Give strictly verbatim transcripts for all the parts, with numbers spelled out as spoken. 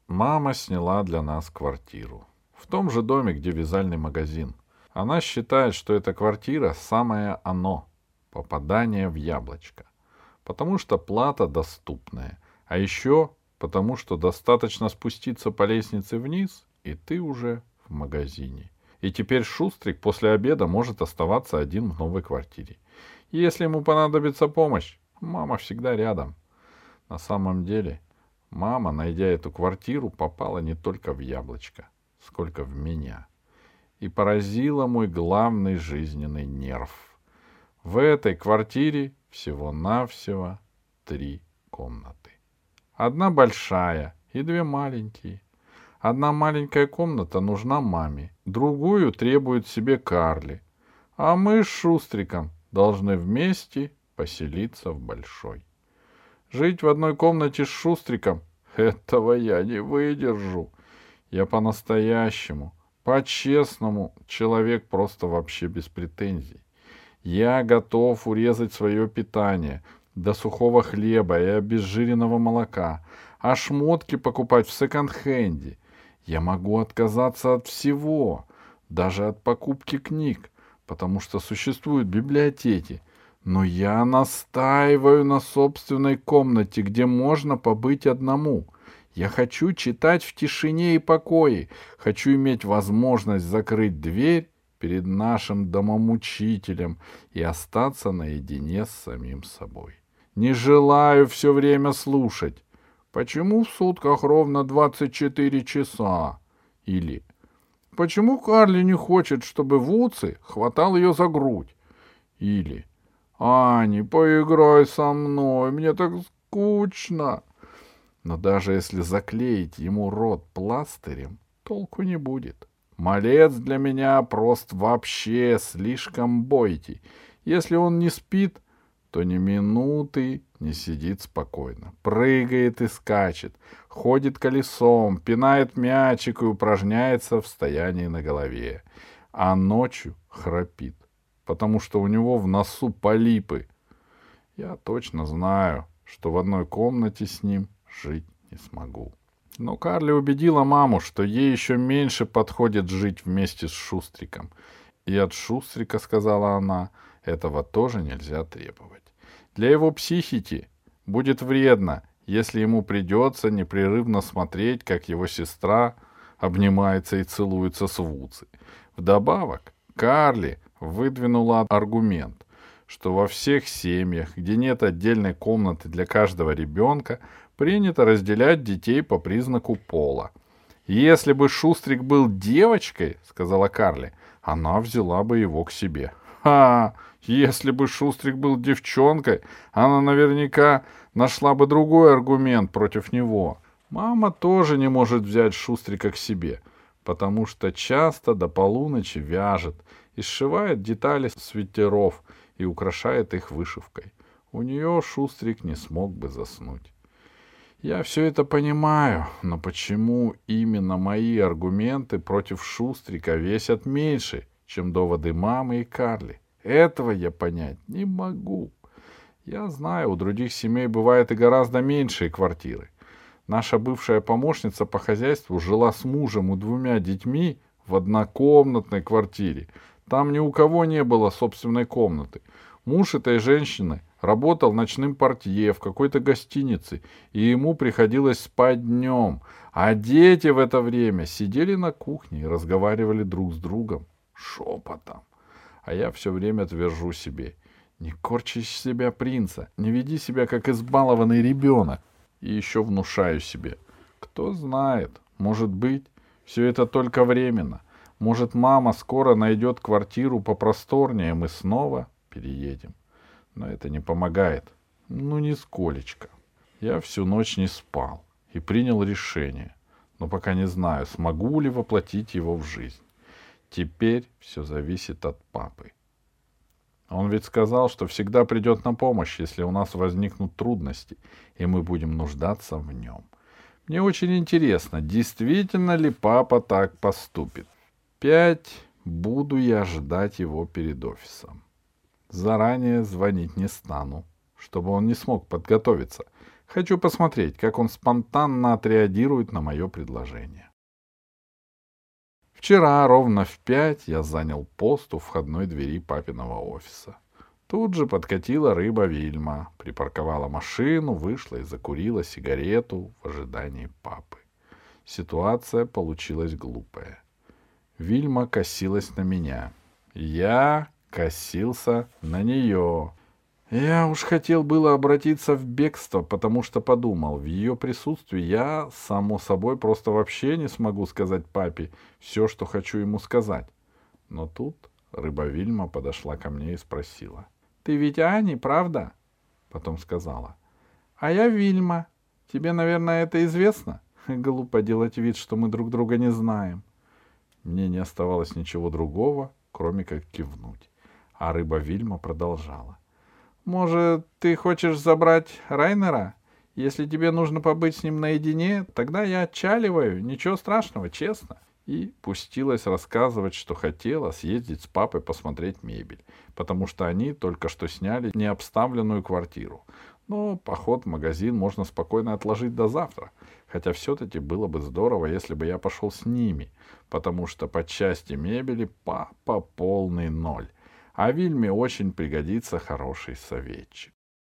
Мама сняла для нас квартиру. В том же доме, где вязальный магазин. Она считает, что эта квартира самое оно, попадание в яблочко. Потому что плата доступная. А еще потому, что достаточно спуститься по лестнице вниз, и ты уже в магазине. И теперь Шустрик после обеда может оставаться один в новой квартире. И если ему понадобится помощь, мама всегда рядом. На самом деле, мама, найдя эту квартиру, попала не только в яблочко, сколько в меня. И поразила мой главный жизненный нерв. В этой квартире всего-навсего три комнаты. Одна большая и две маленькие. Одна маленькая комната нужна маме, другую требует себе Карли, а мы с Шустриком должны вместе поселиться в большой. Жить в одной комнате с Шустриком — этого я не выдержу. Я по-настоящему, по-честному человек просто вообще без претензий. Я готов урезать свое питание до сухого хлеба и обезжиренного молока, а шмотки покупать в секонд-хенде. Я могу отказаться от всего, даже от покупки книг, потому что существуют библиотеки. Но я настаиваю на собственной комнате, где можно побыть одному. Я хочу читать в тишине и покое, хочу иметь возможность закрыть дверь перед нашим домомучителем и остаться наедине с самим собой. Не желаю все время слушать: почему в сутках ровно двадцать четыре часа? Или почему Карли не хочет, чтобы Вуци хватал ее за грудь? Или Ани, поиграй со мной, мне так скучно. Но даже если заклеить ему рот пластырем, толку не будет. Малец для меня прост вообще слишком бойкий. Если он не спит, то ни минуты не сидит спокойно. Прыгает и скачет, ходит колесом, пинает мячик и упражняется в стоянии на голове. А ночью храпит, потому что у него в носу полипы. Я точно знаю, что в одной комнате с ним жить не смогу. Но Карли убедила маму, что ей еще меньше подходит жить вместе с Шустриком. И от Шустрика, сказала она, этого тоже нельзя требовать. Для его психики будет вредно, если ему придется непрерывно смотреть, как его сестра обнимается и целуется с Вуци. Вдобавок, Карли выдвинула аргумент, что во всех семьях, где нет отдельной комнаты для каждого ребенка, принято разделять детей по признаку пола. «Если бы Шустрик был девочкой, — сказала Карли, — она взяла бы его к себе». «Ха! Если бы Шустрик был девчонкой, она наверняка нашла бы другой аргумент против него. Мама тоже не может взять Шустрика к себе, потому что часто до полуночи вяжет и сшивает детали свитеров и украшает их вышивкой. У нее Шустрик не смог бы заснуть. Я все это понимаю, но почему именно мои аргументы против Шустрика весят меньше, чем доводы мамы и Карли? Этого я понять не могу. Я знаю, у других семей бывает и гораздо меньшие квартиры. Наша бывшая помощница по хозяйству жила с мужем и двумя детьми в однокомнатной квартире. Там ни у кого не было собственной комнаты. Муж этой женщины работал ночным портье в какой-то гостинице, и ему приходилось спать днем, а дети в это время сидели на кухне и разговаривали друг с другом шепотом. А я все время твержу себе: не корчи из себя принца, не веди себя как избалованный ребенок. И еще внушаю себе: кто знает, может быть, все это только временно. Может, мама скоро найдет квартиру попросторнее, мы снова переедем. Но это не помогает. Ну, нисколечко. Я всю ночь не спал и принял решение, но пока не знаю, смогу ли воплотить его в жизнь. Теперь все зависит от папы. Он ведь сказал, что всегда придет на помощь, если у нас возникнут трудности, и мы будем нуждаться в нем. Мне очень интересно, действительно ли папа так поступит. Пять буду я ждать его перед офисом. Заранее звонить не стану, чтобы он не смог подготовиться. Хочу посмотреть, как он спонтанно отреагирует на мое предложение. Вчера ровно в пять я занял пост у входной двери папиного офиса. Тут же подкатила рыба Вильма, припарковала машину, вышла и закурила сигарету в ожидании папы. Ситуация получилась глупая. Вильма косилась на меня. Я косился на нее. Я уж хотел было обратиться в бегство, потому что подумал, в ее присутствии я, само собой, просто вообще не смогу сказать папе все, что хочу ему сказать. Но тут рыба Вильма подошла ко мне и спросила. «Ты ведь Ани, правда?» Потом сказала. «А я Вильма. Тебе, наверное, это известно? Глупо делать вид, что мы друг друга не знаем». Мне не оставалось ничего другого, кроме как кивнуть. А рыба Вильма продолжала. «Может, ты хочешь забрать Райнера? Если тебе нужно побыть с ним наедине, тогда я отчаливаю. Ничего страшного, честно». И пустилась рассказывать, что хотела съездить с папой посмотреть мебель, потому что они только что сняли необставленную квартиру. Но поход в магазин можно спокойно отложить до завтра, хотя все-таки было бы здорово, если бы я пошел с ними, потому что по части мебели папа полный ноль. А Вильме очень пригодится хороший советчик.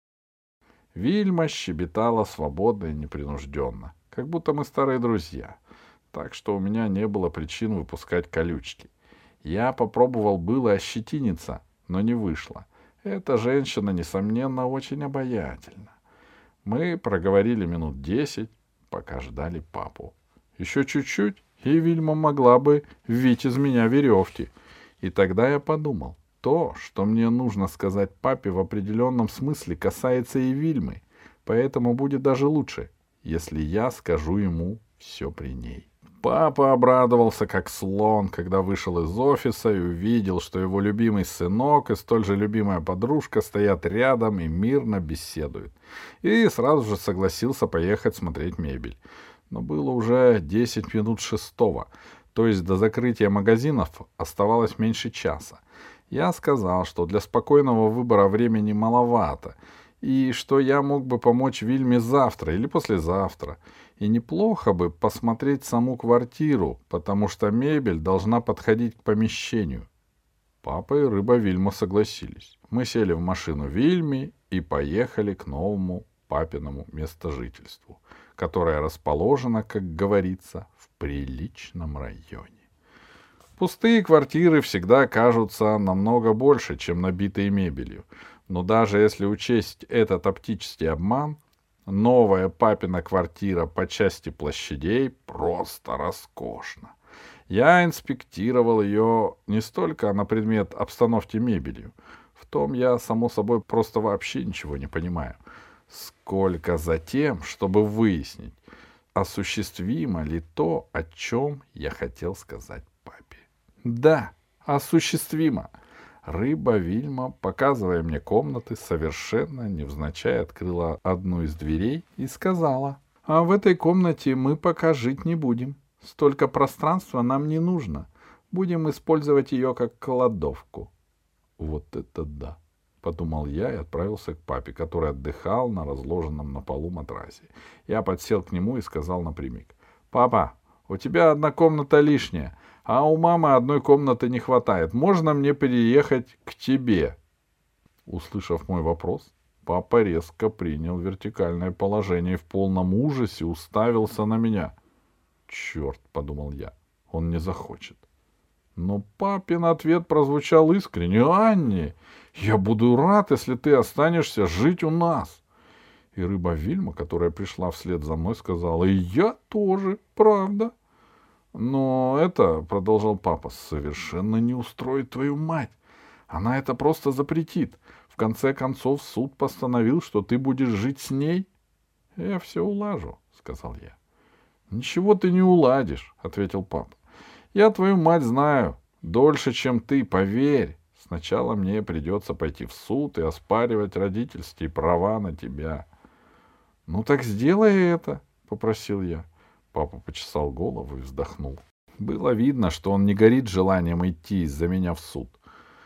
Вильма щебетала свободно и непринужденно, как будто мы старые друзья, так что у меня не было причин выпускать колючки. Я попробовал было ощетиниться, но не вышло. Эта женщина, несомненно, очень обаятельна. Мы проговорили минут десять, пока ждали папу. Еще чуть-чуть, и Вильма могла бы вить из меня веревки. И тогда я подумал, то, что мне нужно сказать папе, в определенном смысле касается и Вильмы, поэтому будет даже лучше, если я скажу ему все при ней. Папа обрадовался, как слон, когда вышел из офиса и увидел, что его любимый сынок и столь же любимая подружка стоят рядом и мирно беседуют. И сразу же согласился поехать смотреть мебель. Но было уже десять минут шестого, то есть до закрытия магазинов оставалось меньше часа. Я сказал, что для спокойного выбора времени маловато, и что я мог бы помочь Вильме завтра или послезавтра. И неплохо бы посмотреть саму квартиру, потому что мебель должна подходить к помещению. Папа и рыба Вильма согласились. Мы сели в машину Вильми и поехали к новому папиному местожительству, которое расположено, как говорится, в приличном районе. Пустые квартиры всегда кажутся намного больше, чем набитые мебелью. Но даже если учесть этот оптический обман, новая папина квартира по части площадей просто роскошна. Я инспектировал ее не столько на предмет обстановки мебелью, в том я, само собой, просто вообще ничего не понимаю, сколько за тем, чтобы выяснить, осуществимо ли то, о чем я хотел сказать папе. Да, осуществимо. Рыба Вильма, показывая мне комнаты, совершенно невзначай открыла одну из дверей и сказала: «А в этой комнате мы пока жить не будем. Столько пространства нам не нужно. Будем использовать ее как кладовку». Вот это да! Подумал я и отправился к папе, который отдыхал на разложенном на полу матрасе. Я подсел к нему и сказал напрямик: «Папа, у тебя одна комната лишняя, а у мамы одной комнаты не хватает. Можно мне переехать к тебе?» Услышав мой вопрос, папа резко принял вертикальное положение и в полном ужасе уставился на меня. «Черт», — подумал я, — «он не захочет». Но папин ответ прозвучал искренне: «Анни, я буду рад, если ты останешься жить у нас». И рыба Вильма, которая пришла вслед за мной, сказала: «И я тоже, правда». «Но это, — продолжал папа, — совершенно не устроит твою мать. Она это просто запретит. В конце концов, суд постановил, что ты будешь жить с ней». «Я все улажу», — сказал я. «Ничего ты не уладишь», — ответил папа. «Я твою мать знаю дольше, чем ты, поверь. Сначала мне придется пойти в суд и оспаривать родительские права на тебя». «Ну так сделай это», — попросил я. Папа почесал голову и вздохнул. Было видно, что он не горит желанием идти из-за меня в суд.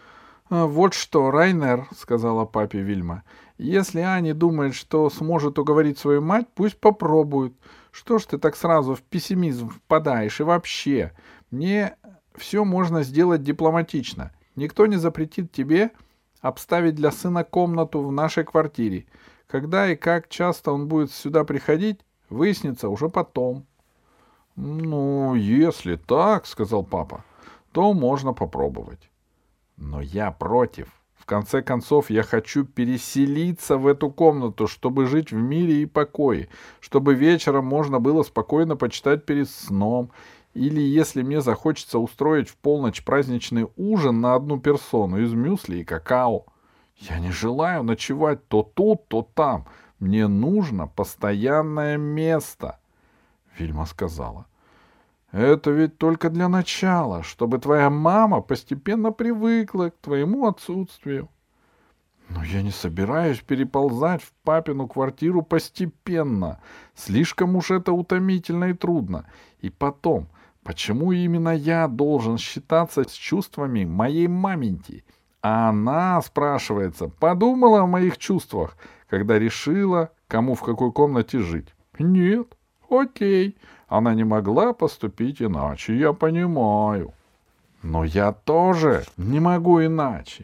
«А, вот что, Райнер, — сказала папе Вильма, — если Ани думает, что сможет уговорить свою мать, пусть попробует. Что ж ты так сразу в пессимизм впадаешь? И вообще, мне все можно сделать дипломатично. Никто не запретит тебе обставить для сына комнату в нашей квартире. Когда и как часто он будет сюда приходить, выяснится уже потом». — Ну, если так, — сказал папа, — то можно попробовать. Но я против. В конце концов, я хочу переселиться в эту комнату, чтобы жить в мире и покое, чтобы вечером можно было спокойно почитать перед сном, или, если мне захочется, устроить в полночь праздничный ужин на одну персону из мюсли и какао. Я не желаю ночевать то тут, то там. Мне нужно постоянное место. Вильма сказала: «Это ведь только для начала, чтобы твоя мама постепенно привыкла к твоему отсутствию». «Но я не собираюсь переползать в папину квартиру постепенно. Слишком уж это утомительно и трудно. И потом, почему именно я должен считаться с чувствами моей маменьки? А она, спрашивается, подумала о моих чувствах, когда решила, кому в какой комнате жить? Нет. Окей. Она не могла поступить иначе, я понимаю. Но я тоже не могу иначе.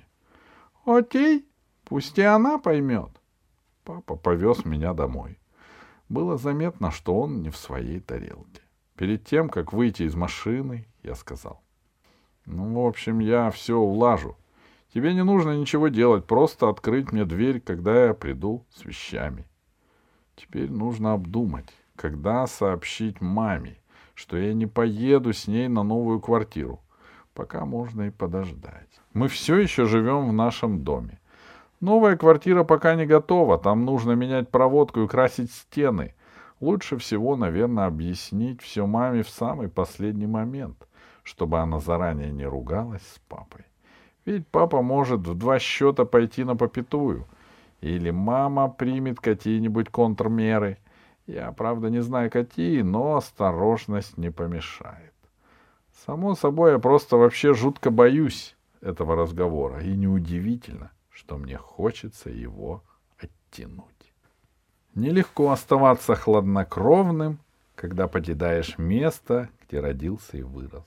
Окей, пусть и она поймет. Папа повез меня домой. Было заметно, что он не в своей тарелке. Перед тем, как выйти из машины, я сказал: «Ну, в общем, я все улажу. Тебе не нужно ничего делать, просто открыть мне дверь, когда я приду с вещами. Теперь нужно обдумать, когда сообщить маме, что я не поеду с ней на новую квартиру. Пока можно и подождать. Мы все еще живем в нашем доме. Новая квартира пока не готова, там нужно менять проводку и красить стены. Лучше всего, наверное, объяснить все маме в самый последний момент, чтобы она заранее не ругалась с папой. Ведь папа может в два счета пойти на попятую. Или мама примет какие-нибудь контрмеры. Я, правда, не знаю какие, но осторожность не помешает. Само собой, я просто вообще жутко боюсь этого разговора. И неудивительно, что мне хочется его оттянуть. Нелегко оставаться хладнокровным, когда покидаешь место, где родился и вырос.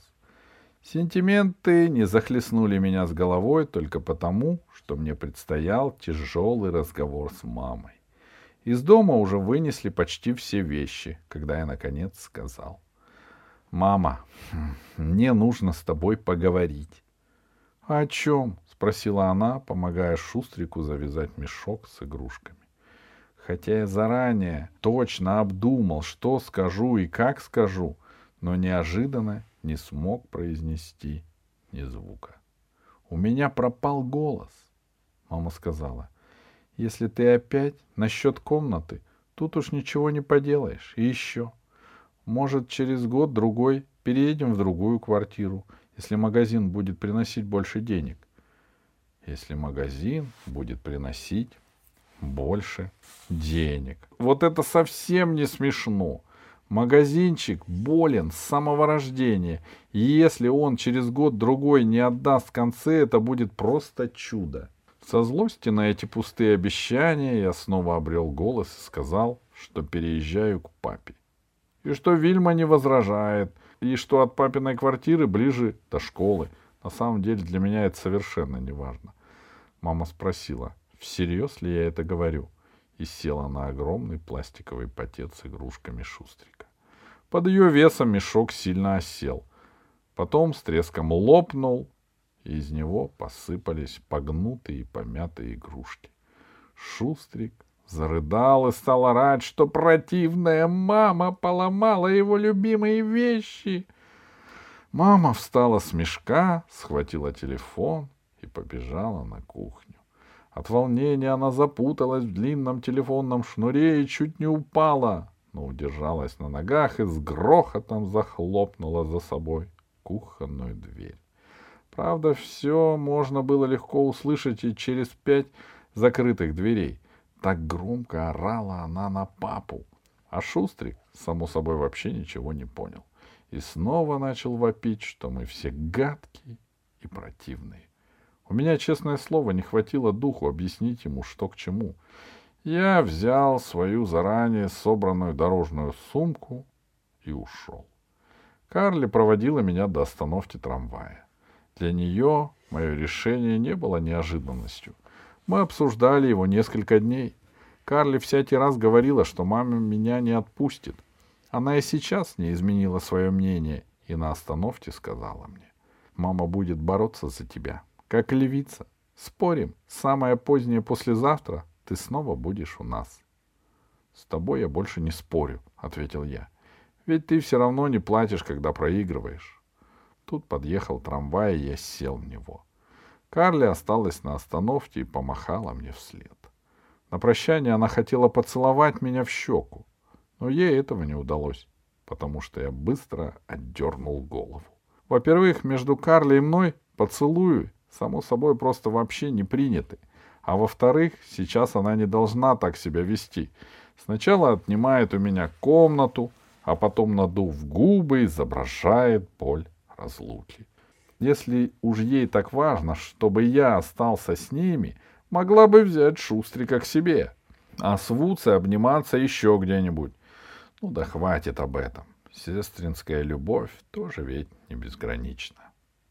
Сентименты не захлестнули меня с головой только потому, что мне предстоял тяжелый разговор с мамой. Из дома уже вынесли почти все вещи, когда я, наконец, сказал: «Мама, мне нужно с тобой поговорить». «О чем?» — спросила она, помогая Шустрику завязать мешок с игрушками. Хотя я заранее точно обдумал, что скажу и как скажу, но неожиданно не смог произнести ни звука. У меня пропал голос. Мама сказала: «Если ты опять насчет комнаты, тут уж ничего не поделаешь. И еще, может, через год-другой переедем в другую квартиру, если магазин будет приносить больше денег». Если магазин будет приносить больше денег. Вот это совсем не смешно. Магазинчик болен с самого рождения, и если он через год-другой не отдаст в конце, это будет просто чудо. Со злости на эти пустые обещания я снова обрел голос и сказал, что переезжаю к папе. И что Вильма не возражает, и что от папиной квартиры ближе до школы. На самом деле для меня это совершенно не важно. Мама спросила, всерьез ли я это говорю, и села на огромный пластиковый пакет с игрушками Шустрика. Под ее весом мешок сильно осел. Потом с треском лопнул, и из него посыпались погнутые и помятые игрушки. Шустрик зарыдал и стал орать, что противная мама поломала его любимые вещи. Мама встала с мешка, схватила телефон и побежала на кухню. От волнения она запуталась в длинном телефонном шнуре и чуть не упала, но удержалась на ногах и с грохотом захлопнула за собой кухонную дверь. Правда, все можно было легко услышать и через пять закрытых дверей. Так громко орала она на папу. А Шустрик, само собой, вообще ничего не понял. И снова начал вопить, что мы все гадкие и противные. У меня, честное слово, не хватило духу объяснить ему, что к чему. Я взял свою заранее собранную дорожную сумку и ушел. Карли проводила меня до остановки трамвая. Для нее мое решение не было неожиданностью. Мы обсуждали его несколько дней. Карли всякий раз говорила, что мама меня не отпустит. Она и сейчас не изменила свое мнение и на остановке сказала мне: «Мама будет бороться за тебя, как львица. Спорим, самое позднее послезавтра ты снова будешь у нас». «С тобой я больше не спорю», — ответил я. «Ведь ты все равно не платишь, когда проигрываешь». Тут подъехал трамвай, и я сел в него. Карли осталась на остановке и помахала мне вслед. На прощание она хотела поцеловать меня в щеку, но ей этого не удалось, потому что я быстро отдернул голову. Во-первых, между Карли и мной поцелуи, само собой, просто вообще не приняты. А во-вторых, сейчас она не должна так себя вести. Сначала отнимает у меня комнату, а потом, надув губы, изображает боль разлуки. Если уж ей так важно, чтобы я остался с ними, могла бы взять Шустрика к себе, а с Вуцей обниматься еще где-нибудь. Ну да хватит об этом. Сестринская любовь тоже ведь не безгранична.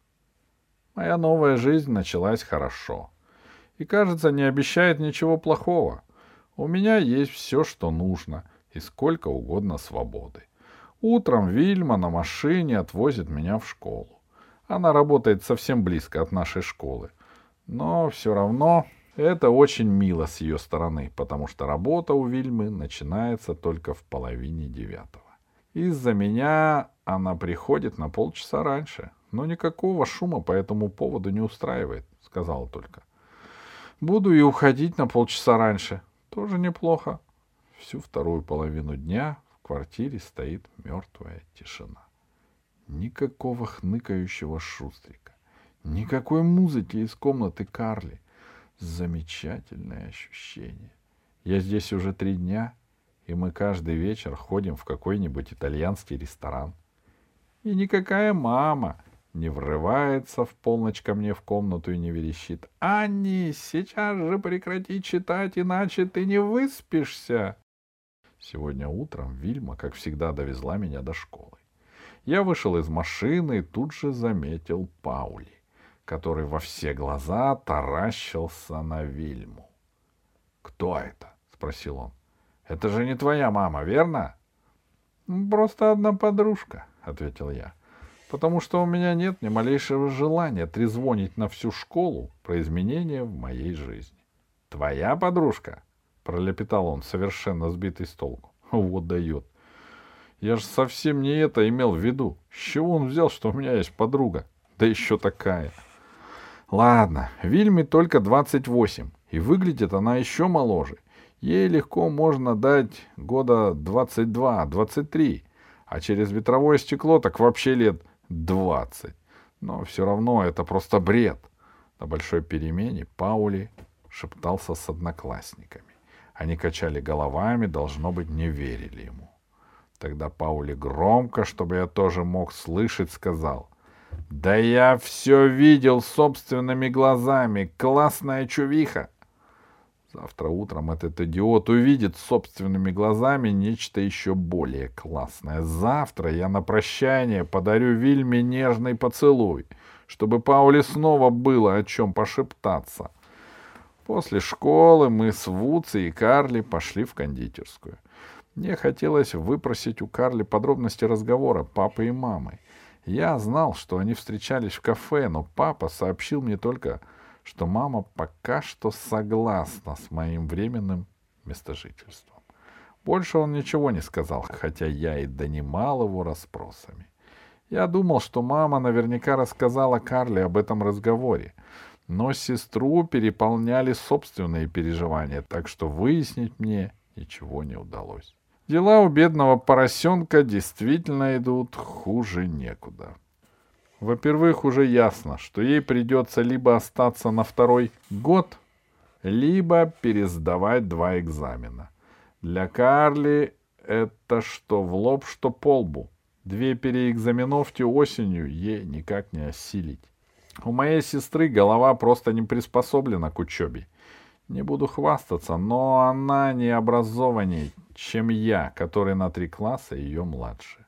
Моя новая жизнь началась хорошо. И, кажется, не обещает ничего плохого. У меня есть все, что нужно, и сколько угодно свободы. Утром Вильма на машине отвозит меня в школу. Она работает совсем близко от нашей школы. Но все равно это очень мило с ее стороны, потому что работа у Вильмы начинается только в половине девятого. Из-за меня она приходит на полчаса раньше, но никакого шума по этому поводу не устраивает, сказала только. Буду и уходить на полчаса раньше. Тоже неплохо. Всю вторую половину дня в квартире стоит мертвая тишина. Никакого хныкающего Шустрика. Никакой музыки из комнаты Карли. Замечательное ощущение. Я здесь уже три дня, и мы каждый вечер ходим в какой-нибудь итальянский ресторан. И никакая мама не врывается в полночь ко мне в комнату и не верещит: «Анни, сейчас же прекрати читать, иначе ты не выспишься». Сегодня утром Вильма, как всегда, довезла меня до школы. Я вышел из машины и тут же заметил Паули, который во все глаза таращился на Вильму. «Кто это?» — спросил он. «Это же не твоя мама, верно?» «Просто одна подружка», — ответил я, «потому что у меня нет ни малейшего желания трезвонить на всю школу про изменения в моей жизни». «Твоя подружка?» — пролепетал он, совершенно сбитый с толку. «Вот дает. Я же совсем не это имел в виду. С чего он взял, что у меня есть подруга? Да еще такая». «Ладно, Вильме только двадцать восемь, и выглядит она еще моложе. Ей легко можно дать года двадцать два, двадцать три, а через ветровое стекло так вообще лет двадцать. Но все равно это просто бред». На большой перемене Паули шептался с одноклассниками. Они качали головами, должно быть, не верили ему. Тогда Паули громко, чтобы я тоже мог слышать, сказал: «Да я все видел собственными глазами. Классная чувиха». Завтра утром этот идиот увидит собственными глазами нечто еще более классное. Завтра я на прощание подарю Вильме нежный поцелуй, чтобы Паули снова было о чем пошептаться. После школы мы с Вуцей и Карли пошли в кондитерскую. Мне хотелось выпросить у Карли подробности разговора папы и мамы. Я знал, что они встречались в кафе, но папа сообщил мне только, что мама пока что согласна с моим временным местожительством. Больше он ничего не сказал, хотя я и донимал его расспросами. Я думал, что мама наверняка рассказала Карли об этом разговоре, но сестру переполняли собственные переживания, так что выяснить мне ничего не удалось. Дела у бедного поросенка действительно идут хуже некуда. Во-первых, уже ясно, что ей придется либо остаться на второй год, либо пересдавать два экзамена. Для Карли это что в лоб, что по лбу. Две переэкзаменовки осенью ей никак не осилить. У моей сестры голова просто не приспособлена к учебе. Не буду хвастаться, но она не образованнее, чем я, который на три класса ее младше.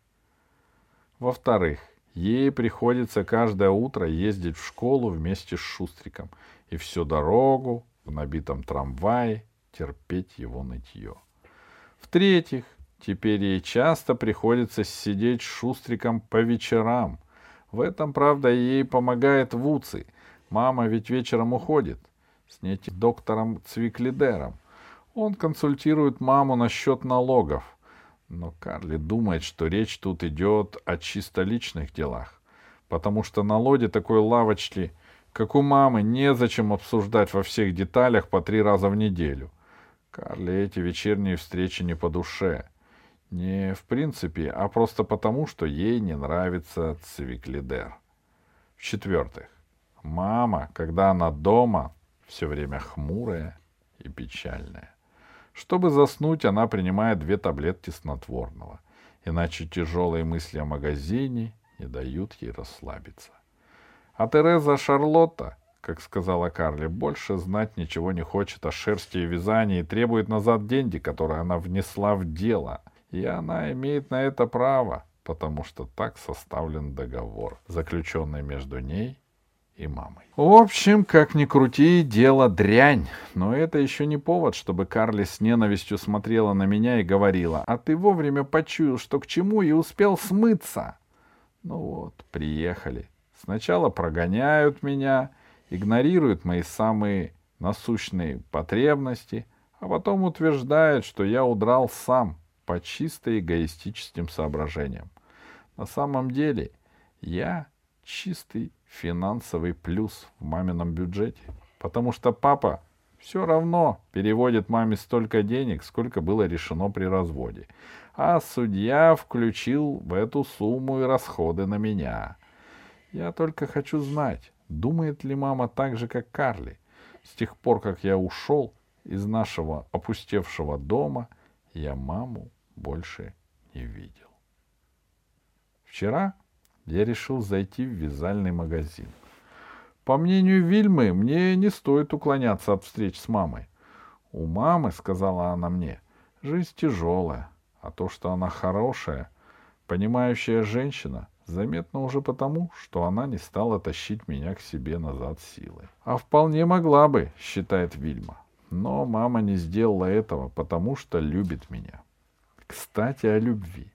Во-вторых, ей приходится каждое утро ездить в школу вместе с Шустриком и всю дорогу в набитом трамвае терпеть его нытье. В-третьих, теперь ей часто приходится сидеть с Шустриком по вечерам. В этом, правда, ей помогает Вуци. Мама ведь вечером уходит с неким доктором Цвиклидером. Он консультирует маму насчет налогов. Но Карли думает, что речь тут идет о чисто личных делах, потому что на Лоде такой лавочки, как у мамы, незачем обсуждать во всех деталях по три раза в неделю. Карли эти вечерние встречи не по душе. Не в принципе, а просто потому, что ей не нравится Цвиклидер. В-четвертых, мама, когда она дома, все время хмурая и печальная. Чтобы заснуть, она принимает две таблетки снотворного, иначе тяжелые мысли о магазине не дают ей расслабиться. А Тереза Шарлотта, как сказала Карли, больше знать ничего не хочет о шерсти и вязании и требует назад деньги, которые она внесла в дело. И она имеет на это право, потому что так составлен договор, заключенный между ней и мамой. В общем, как ни крути, дело дрянь. Но это еще не повод, чтобы Карли с ненавистью смотрела на меня и говорила: «А ты вовремя почуял, что к чему, и успел смыться». Ну вот, приехали. Сначала прогоняют меня, игнорируют мои самые насущные потребности, а потом утверждают, что я удрал сам по чисто эгоистическим соображениям. На самом деле, я чистый финансовый плюс в мамином бюджете, потому что папа все равно переводит маме столько денег, сколько было решено при разводе, а судья включил в эту сумму и расходы на меня. Я только хочу знать, думает ли мама так же, как Карли. С тех пор, как я ушел из нашего опустевшего дома, я маму больше не видел. Вчера я решил зайти в вязальный магазин. По мнению Вильмы, мне не стоит уклоняться от встреч с мамой. У мамы, сказала она мне, жизнь тяжелая, а то, что она хорошая, понимающая женщина, заметно уже потому, что она не стала тащить меня к себе назад силой. А вполне могла бы, считает Вильма. Но мама не сделала этого, потому что любит меня. Кстати, о любви.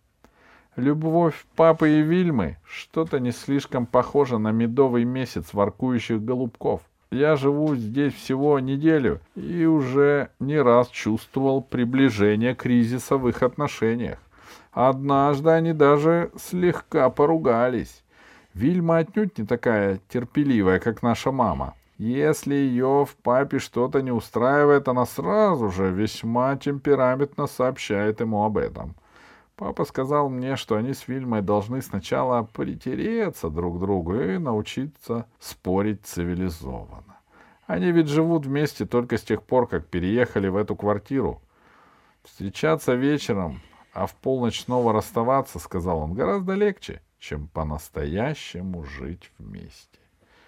Любовь папы и Вильмы что-то не слишком похоже на медовый месяц воркующих голубков. Я живу здесь всего неделю и уже не раз чувствовал приближение кризиса в их отношениях. Однажды они даже слегка поругались. Вильма отнюдь не такая терпеливая, как наша мама. Если ее в папе что-то не устраивает, она сразу же весьма темпераментно сообщает ему об этом. Папа сказал мне, что они с Вильмой должны сначала притереться друг к другу и научиться спорить цивилизованно. Они ведь живут вместе только с тех пор, как переехали в эту квартиру. Встречаться вечером, а в полночь снова расставаться, сказал он, гораздо легче, чем по-настоящему жить вместе.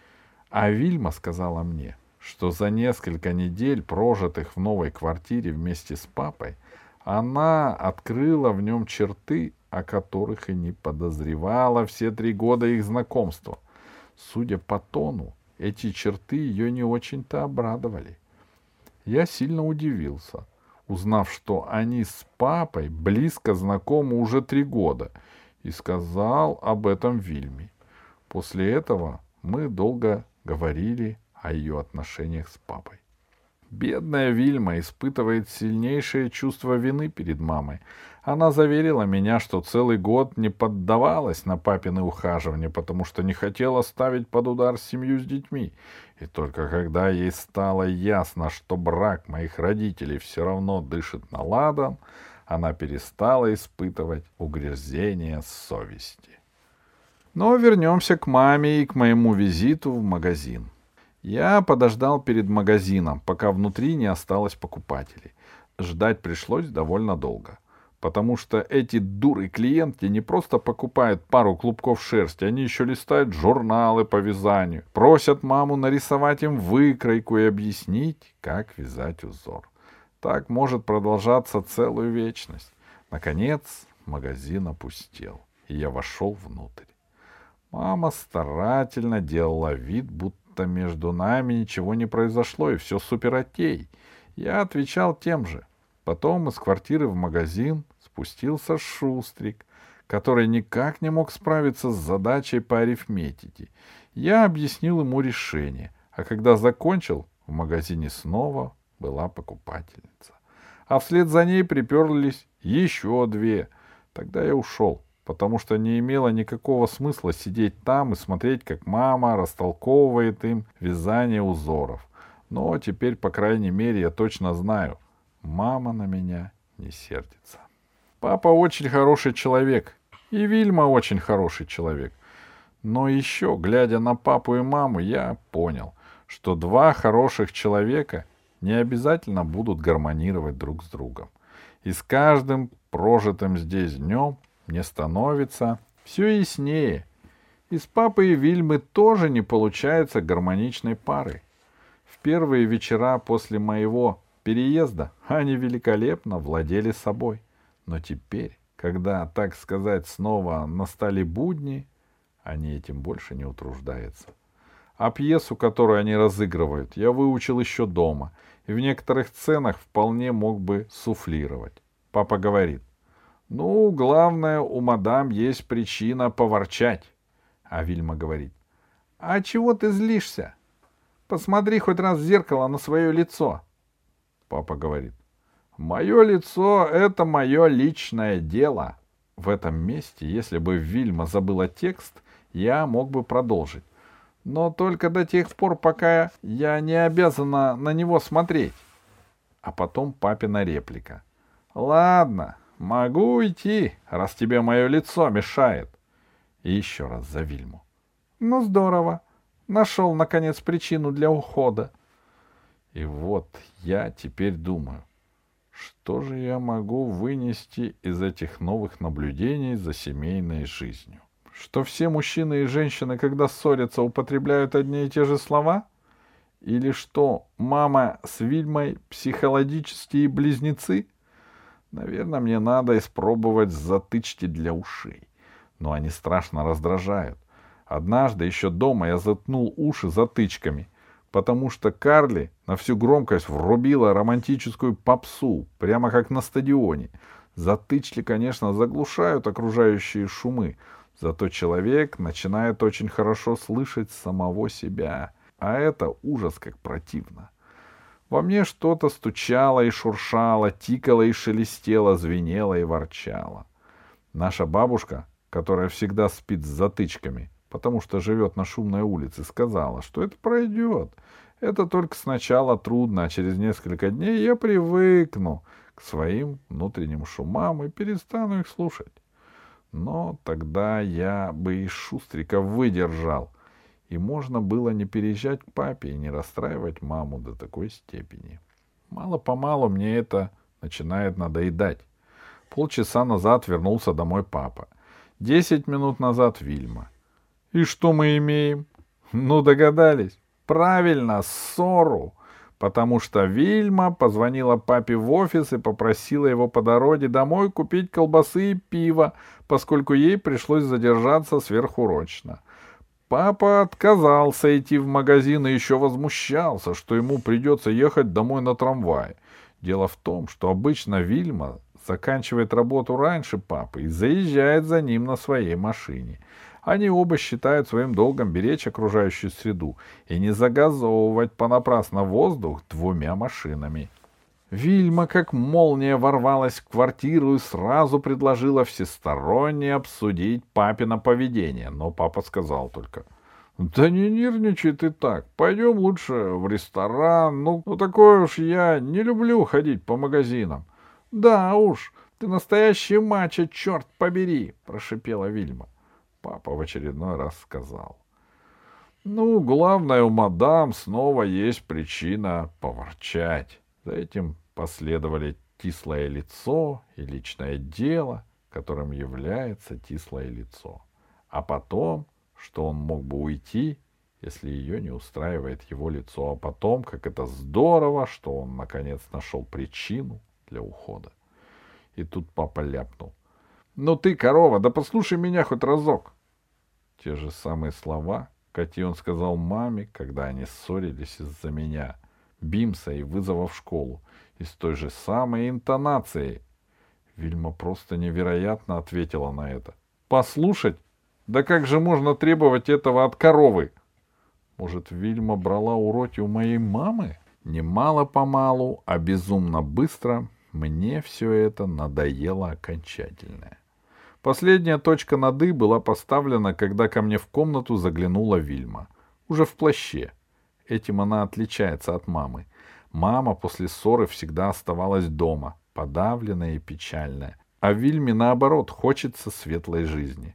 А Вильма сказала мне, что за несколько недель, прожитых в новой квартире вместе с папой, она открыла в нем черты, о которых и не подозревала все три года их знакомства. Судя по тону, эти черты ее не очень-то обрадовали. Я сильно удивился, узнав, что они с папой близко знакомы уже три года, и сказал об этом Вильме. После этого мы долго говорили о ее отношениях с папой. Бедная Вильма испытывает сильнейшее чувство вины перед мамой. Она заверила меня, что целый год не поддавалась на папины ухаживания, потому что не хотела ставить под удар семью с детьми. И только когда ей стало ясно, что брак моих родителей все равно дышит на ладан, она перестала испытывать угрызения совести. Но вернемся к маме и к моему визиту в магазин. Я подождал перед магазином, пока внутри не осталось покупателей. Ждать пришлось довольно долго. Потому что эти дуры-клиентки не просто покупают пару клубков шерсти, они еще листают журналы по вязанию, просят маму нарисовать им выкройку и объяснить, как вязать узор. Так может продолжаться целую вечность. Наконец магазин опустел, и я вошел внутрь. Мама старательно делала вид, будто между нами ничего не произошло, и все супер окей. Я отвечал тем же. Потом из квартиры в магазин спустился Шустрик, который никак не мог справиться с задачей по арифметике. Я объяснил ему решение, а когда закончил, в магазине снова была покупательница. А вслед за ней приперлись еще две. Тогда я ушел, потому что не имело никакого смысла сидеть там и смотреть, как мама растолковывает им вязание узоров. Но теперь, по крайней мере, я точно знаю, мама на меня не сердится. Папа очень хороший человек, и Вильма очень хороший человек. Но еще, глядя на папу и маму, я понял, что два хороших человека не обязательно будут гармонировать друг с другом. И с каждым прожитым здесь днем мне становится все яснее. И с папой и Вильмы тоже не получается гармоничной парой. В первые вечера после моего переезда они великолепно владели собой. Но теперь, когда, так сказать, снова настали будни, они этим больше не утруждаются. А пьесу, которую они разыгрывают, я выучил еще дома, и в некоторых сценах вполне мог бы суфлировать. Папа говорит: «Ну, главное, у мадам есть причина поворчать». А Вильма говорит: «А чего ты злишься? Посмотри хоть раз в зеркало на свое лицо». Папа говорит: «Мое лицо — это мое личное дело». В этом месте, если бы Вильма забыла текст, я мог бы продолжить. Но только до тех пор, пока я не обязана на него смотреть. А потом папина реплика: «Ладно, могу уйти, раз тебе мое лицо мешает». И еще раз за Вильму: «Ну, здорово. Нашел, наконец, причину для ухода». И вот я теперь думаю, что же я могу вынести из этих новых наблюдений за семейной жизнью? Что все мужчины и женщины, когда ссорятся, употребляют одни и те же слова? Или что мама с Вильмой психологические близнецы? Наверное, мне надо испробовать затычки для ушей. Но они страшно раздражают. Однажды еще дома я заткнул уши затычками, потому что Карли на всю громкость врубила романтическую попсу, прямо как на стадионе. Затычки, конечно, заглушают окружающие шумы, зато человек начинает очень хорошо слышать самого себя. А это ужас как противно. Во мне что-то стучало и шуршало, тикало и шелестело, звенело и ворчало. Наша бабушка, которая всегда спит с затычками, потому что живет на шумной улице, сказала, что это пройдет. Это только сначала трудно, а через несколько дней я привыкну к своим внутренним шумам и перестану их слушать. Но тогда я бы и Шустрика выдержал, и можно было не переезжать к папе и не расстраивать маму до такой степени. Мало-помалу мне это начинает надоедать. Полчаса назад вернулся домой папа. Десять минут назад Вильма. И что мы имеем? Ну, догадались. Правильно, ссору. Потому что Вильма позвонила папе в офис и попросила его по дороге домой купить колбасы и пиво, поскольку ей пришлось задержаться сверхурочно. Папа отказался идти в магазин и еще возмущался, что ему придется ехать домой на трамвае. Дело в том, что обычно Вильма заканчивает работу раньше папы и заезжает за ним на своей машине. Они оба считают своим долгом беречь окружающую среду и не загазовывать понапрасно воздух двумя машинами. Вильма, как молния, ворвалась в квартиру и сразу предложила всесторонне обсудить папино поведение, но папа сказал только: «Да не нервничай ты так, пойдем лучше в ресторан, ну, ну такое уж я не люблю ходить по магазинам». «Да уж, ты настоящий мачо, черт побери!» — прошипела Вильма. Папа в очередной раз сказал: «Ну, главное, у мадам снова есть причина поворчать». За этим последовали Тислое лицо и личное дело, которым является тислое лицо. А потом, что он мог бы уйти, если ее не устраивает его лицо. А потом, как это здорово, что он наконец нашел причину для ухода. И тут папа ляпнул: «Ну ты, корова, да послушай меня хоть разок». Те же самые слова, какие он сказал маме, когда они ссорились из-за меня, Бимса и вызова в школу, и с той же самой интонацией. Вильма просто невероятно ответила на это. «Послушать? Да как же можно требовать этого от коровы?» Может, Вильма брала уроки у моей мамы? Немало-помалу, а безумно быстро мне все это надоело окончательно. Последняя точка над «и» была поставлена, когда ко мне в комнату заглянула Вильма. Уже в плаще. Этим она отличается от мамы. Мама после ссоры всегда оставалась дома, подавленная и печальная. А Вильме, наоборот, хочется светлой жизни.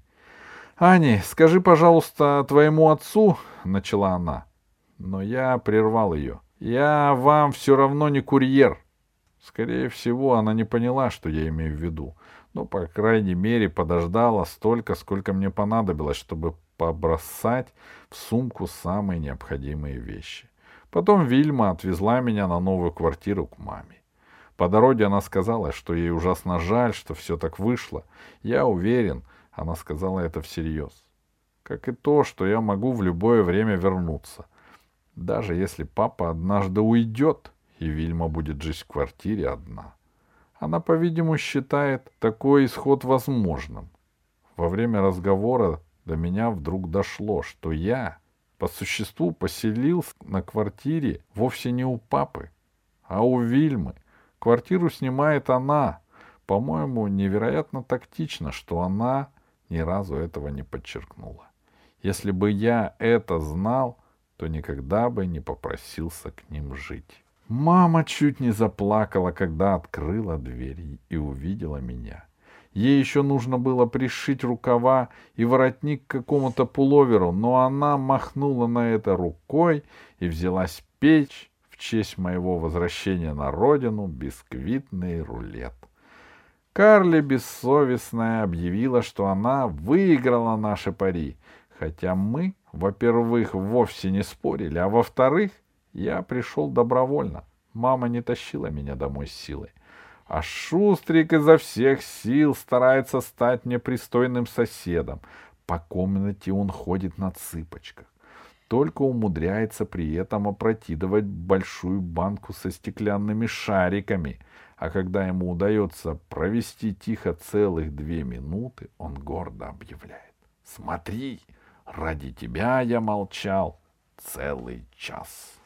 «Ани, скажи, пожалуйста, твоему отцу», — начала она. Но я прервал ее. «Я вам все равно не курьер». Скорее всего, она не поняла, что я имею в виду. Но, по крайней мере, подождала столько, сколько мне понадобилось, чтобы побросать в сумку самые необходимые вещи. Потом Вильма отвезла меня на новую квартиру к маме. По дороге она сказала, что ей ужасно жаль, что все так вышло. Я уверен, она сказала это всерьез. Как и то, что я могу в любое время вернуться. Даже если папа однажды уйдет, и Вильма будет жить в квартире одна. Она, по-видимому, считает такой исход возможным. Во время разговора до меня вдруг дошло, что я по существу поселился на квартире вовсе не у папы, а у Вильмы. Квартиру снимает она. По-моему, невероятно тактично, что она ни разу этого не подчеркнула. Если бы я это знал, то никогда бы не попросился к ним жить. Мама чуть не заплакала, когда открыла дверь и увидела меня. Ей еще нужно было пришить рукава и воротник к какому-то пуловеру, но она махнула на это рукой и взялась печь в честь моего возвращения на родину бисквитный рулет. Карли бессовестная объявила, что она выиграла наши пари, хотя мы, во-первых, вовсе не спорили, а во-вторых, я пришел добровольно. Мама не тащила меня домой с силой. А Шустрик изо всех сил старается стать мне пристойным соседом. По комнате он ходит на цыпочках. Только умудряется при этом опрокидывать большую банку со стеклянными шариками. А когда ему удается провести тихо целых две минуты, он гордо объявляет: «Смотри, ради тебя я молчал целый час».